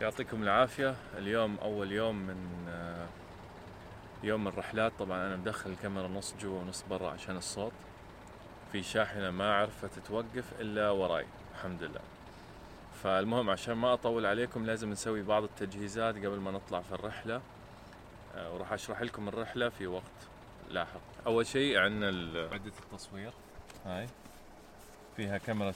يعطيكم العافية. اليوم أول يوم من يوم الرحلات. طبعا أنا مدخل الكاميرا نص جوا ونص برا عشان الصوت. في شاحنة ما عرفت توقف إلا وراي الحمد لله. فالمهم عشان ما أطول عليكم لازم نسوي بعض التجهيزات قبل ما نطلع في الرحلة، وراح أشرح لكم الرحلة في وقت لاحق. أول شيء عندنا عدة التصوير، هاي فيها كاميرا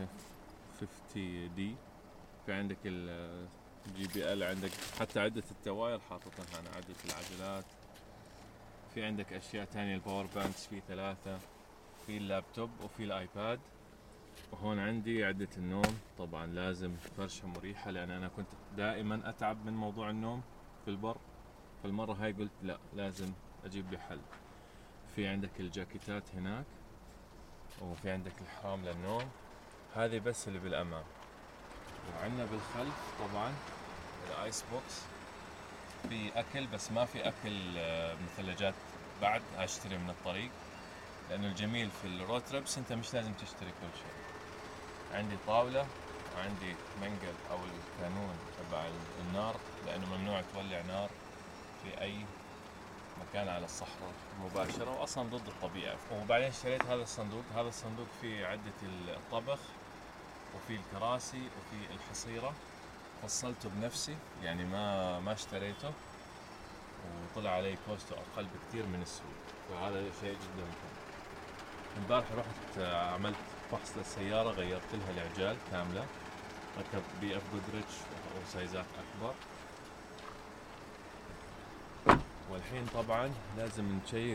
50D. في عندك JBL، عندك حتى عدة التواير حاططها هنا، عدة العجلات. في عندك أشياء تانية، الباور بانكس في 3، في اللابتوب وفي الآيباد. وهون عندي عدة النوم، طبعا لازم فرشة مريحة لأن أنا كنت دائما أتعب من موضوع النوم في البر. فالمرة هاي قلت لا، لازم أجيب لي حل. في عندك الجاكيتات هناك، وفي عندك الحرام للنوم. هذه بس اللي بالأمام. وعندنا بالخلف طبعا الايس بوكس. في اكل بس ما في اكل من الثلاجات، بعد اشتري من الطريق. لانه الجميل في الرود تريبس انت مش لازم تشتري كل شيء. عندي طاولة وعندي منقل او الكانون تبع النار، لانه ممنوع تولع نار في اي مكان على الصحراء مباشرة، واصلا ضد الطبيعة. وبعدين اشتريت هذا الصندوق. هذا الصندوق فيه عدة الطبخ وفي الكراسي وفي الحصيرة. فصلته بنفسي، يعني ما اشتريته، وطلع علي كوسته اقل بكثير من السوق. فهذا شيء جدا مهم. امبارح رحت عملت فحص للسيارة، غيرت لها العجال كاملة، ركبت BF جودريتش وسايزات اكبر. والحين طبعا لازم نشيك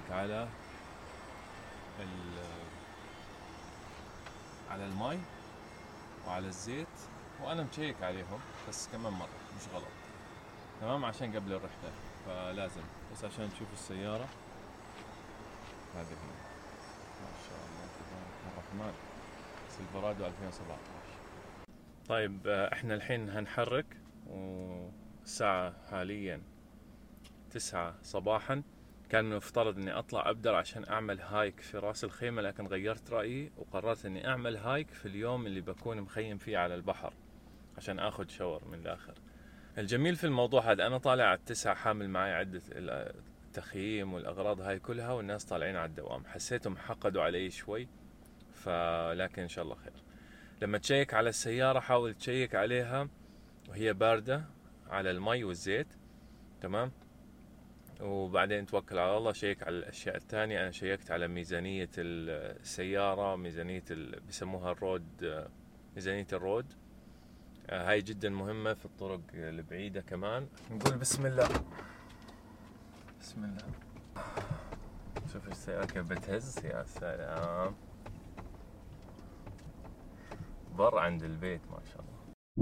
على المي وعلى الزيت، وانا مشيك عليهم بس كمان مرة مش غلط، تمام، عشان قبل الرحلة. فلازم بس عشان تشوفوا السيارة هذه هي، ما شاء الله تبارك الرحمن، سيلفرادو 2017. طيب احنا الحين هنحرك، والساعة حاليا 9 صباحا. كان مفترض اني اطلع ابدر عشان اعمل هايك في راس الخيمة، لكن غيرت رأيي وقررت اني اعمل هايك في اليوم اللي بكون مخيم فيه على البحر عشان اخذ شاور من الاخر. الجميل في الموضوع هذا، انا طالع على 9 حامل معي عدة التخييم والاغراض هاي كلها، والناس طالعين على الدوام. حسيتهم حقدوا علي شوي، لكن ان شاء الله خير. لما تشيك على السيارة حاول تشيك عليها وهي باردة على المي والزيت، تمام، وبعدين توكل على الله. شيك على الأشياء الثانية. أنا شيكت على ميزانية السيارة، ميزانية بيسموها الرود، ميزانية الرود. هاي جدا مهمة في الطرق البعيدة. كمان نقول بسم الله، بسم الله. شوف السيارة كيف بتهز، يا سلام، بر عند البيت ما شاء الله.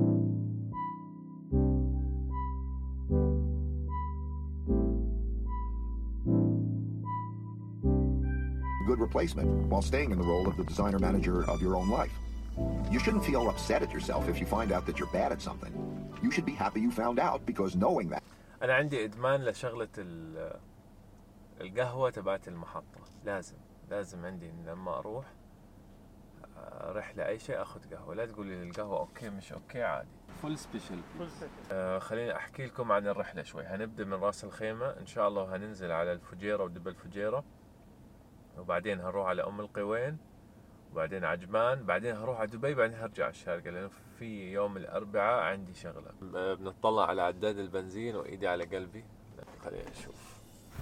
Good replacement while staying in the role of the designer manager of your own life. You shouldn't feel upset at yourself if you find out that you're bad at something. You should be happy you found out, because knowing that. أنا عندي إدمان لشغلة القهوة تبعت المحطة. لازم عندي لما أروح رحلة أي شيء أخذ قهوة. لا تقول لي القهوة أوكي مش أوكي، عادي. فول سبيشل. خليني أحكي لكم عن الرحلة شوي. هنبدأ من راس الخيمة إن شاء الله، هننزل على الفجيرة ودب الفجيرة، وبعدين هنروح على أم القوين، وبعدين عجمان، بعدين هروح على دبي، بعدين هرجع الشارقة، لأنه في يوم الأربعاء عندي شغلة. بنطلع على عداد البنزين وإيدي على قلبي. خلينا نشوف.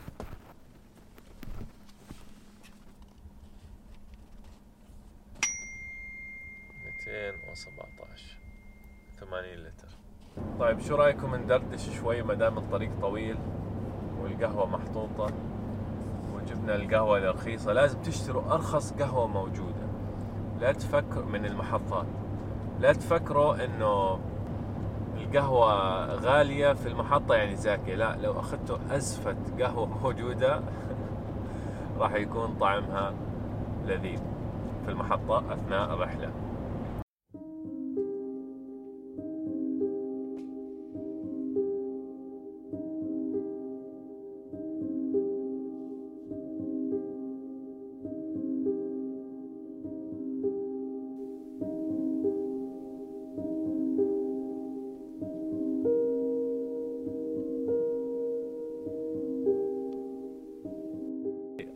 217، 80 لتر. طيب شو رايكم ندردش شوي ما دام الطريق طويل والقهوة محطوطة، وجبنا القهوة الرخيصة. لازم تشتروا أرخص قهوة موجودة. لا تفكر من المحطات، لا تفكروا إنه القهوة غالية في المحطة يعني زاكية. لا، لو أخذتوا أزفت قهوة موجودة راح يكون طعمها لذيذ في المحطة أثناء الرحلة.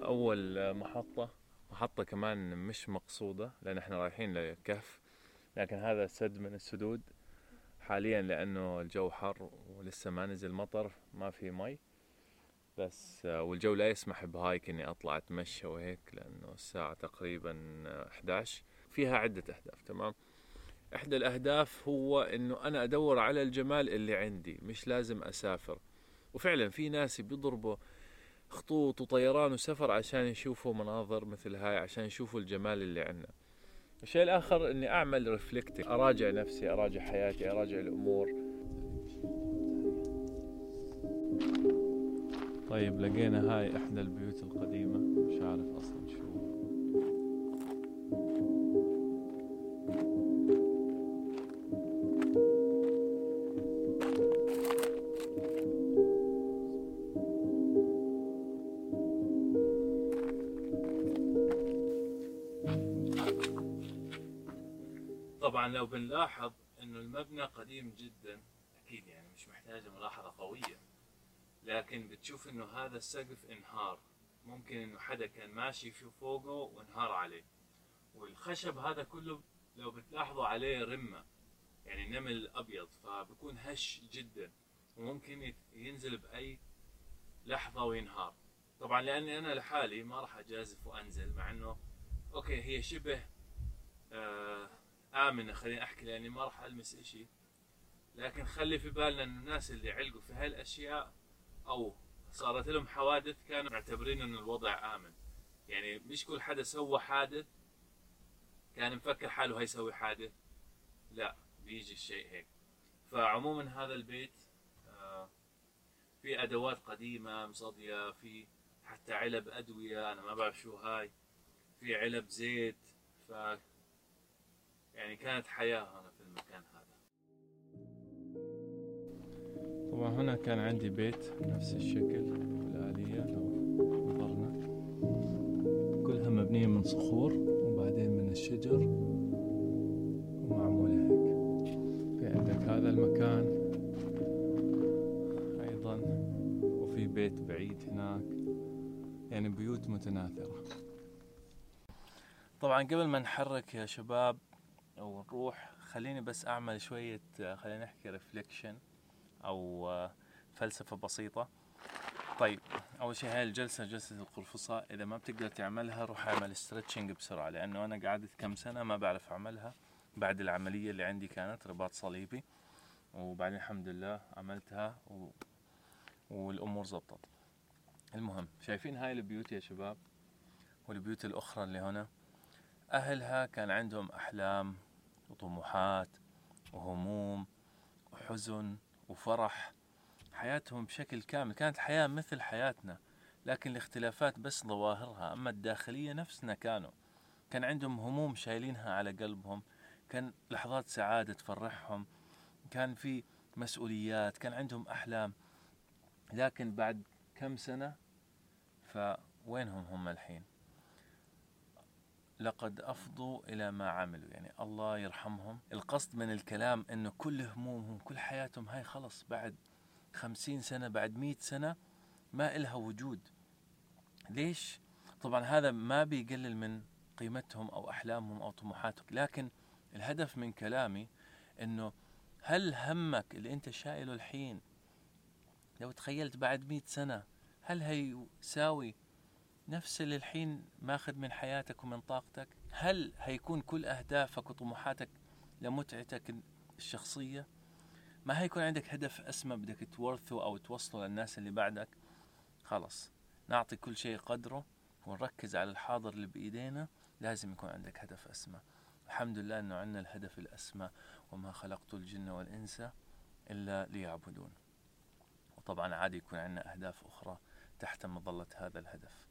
أول محطة كمان مش مقصودة، لأن احنا رايحين لكهف، لكن هذا سد من السدود حاليا لأنه الجو حر ولسه ما نزل مطر، ما في مي بس، والجو لا يسمح بهايك إني أطلع أتمشى وهيك، لأنه الساعة تقريبا 11. فيها عدة أهداف. تمام. إحدى الأهداف هو إنه أنا أدور على الجمال اللي عندي، مش لازم أسافر. وفعلا في ناس بيضربوا خطوط وطيران وسفر عشان يشوفوا مناظر مثل هاي، عشان يشوفوا الجمال اللي عندنا. الشيء الآخر إني أعمل ريفلكتنج، أراجع نفسي، أراجع حياتي، أراجع الأمور. طيب لقينا هاي إحدى البيوت القديمة، مش عارف أصلا شو. طبعا لو بنلاحظ انه المبنى قديم جدا، اكيد يعني مش محتاجة ملاحظة قوية، لكن بتشوف انه هذا السقف انهار، ممكن انه حدا كان ماشي في فوقه وانهار عليه. والخشب هذا كله لو بتلاحظوا عليه رمة، يعني نمل ابيض، فبكون هش جدا وممكن ينزل باي لحظة وينهار. طبعا لاني انا لحالي ما راح اجازف وانزل، مع انه اوكي هي شبه آمنة، خليني أحكي، لأني ما راح ألمس إشي، لكن خلي في بالنا إنه الناس اللي علقوا في هاي الأشياء أو صارت لهم حوادث كانوا معتبرين إنه الوضع آمن. يعني مش كل حدا سوى حادث كان مفكر حاله هيسوي حادث، لا، بيجي الشيء هيك. فعموما هذا البيت في أدوات قديمة مصدية، في حتى علب أدوية، أنا ما بعرف شو هاي، في علب زيت، يعني كانت حياة هنا في المكان هذا. طبعا هنا كان عندي بيت نفس الشكل والآلية، لو نظرنا كلها مبنية من صخور وبعدين من الشجر ومعمولة هيك. في عندك هذا المكان أيضا، وفي بيت بعيد هناك، يعني بيوت متناثرة. طبعا قبل ما نحرك يا شباب أو نروح، خليني بس أعمل شوية، خلينا نحكي ريفليكشن أو فلسفة بسيطة. طيب أول شيء هاي الجلسة، جلسة القرفصاء، إذا ما بتقدر تعملها روح أعمل ستريتشنج بسرعة، لأنه أنا قعدت كم سنة ما بعرف أعملها بعد العملية اللي عندي، كانت رباط صليبي، وبعدين الحمد لله عملتها والأمور زبطت. المهم، شايفين هاي البيوت يا شباب والبيوت الأخرى اللي هنا، أهلها كان عندهم أحلام وطموحات وهموم وحزن وفرح، حياتهم بشكل كامل، كانت حياة مثل حياتنا، لكن الاختلافات بس ظواهرها، أما الداخلية نفسنا. كان عندهم هموم شايلينها على قلبهم، كان لحظات سعادة تفرحهم، كان في مسؤوليات، كان عندهم أحلام. لكن بعد كم سنة فوينهم هم الحين؟ لقد أفضوا إلى ما عملوا، يعني الله يرحمهم. القصد من الكلام إنه كل همومهم، كل حياتهم هاي خلص بعد 50 سنة، بعد 100 سنة ما إلها وجود. ليش؟ طبعا هذا ما بيقلل من قيمتهم أو أحلامهم أو طموحاتهم، لكن الهدف من كلامي إنه هل همك اللي أنت شايله الحين لو تخيلت بعد 100 سنة هل هيساوي نفس اللي الحين ماخذ من حياتك ومن طاقتك؟ هل هيكون كل أهدافك وطموحاتك لمتعتك الشخصية؟ ما هيكون عندك هدف أسمى بدك تورثه أو توصله للناس اللي بعدك؟ خلص نعطي كل شيء قدره ونركز على الحاضر اللي بإيدينا. لازم يكون عندك هدف أسمى. الحمد لله أنه عندنا الهدف الأسمى، وما خلقت الجن والإنس إلا ليعبدون. وطبعا عادي يكون عندنا أهداف أخرى تحت مظلة هذا الهدف.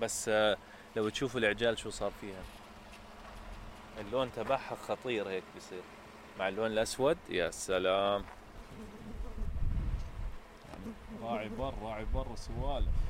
بس لو تشوفوا العجال شو صار فيها، اللون تبعها خطير هيك بيصير مع اللون الأسود. يا سلام، يعني راعي بر سوالف.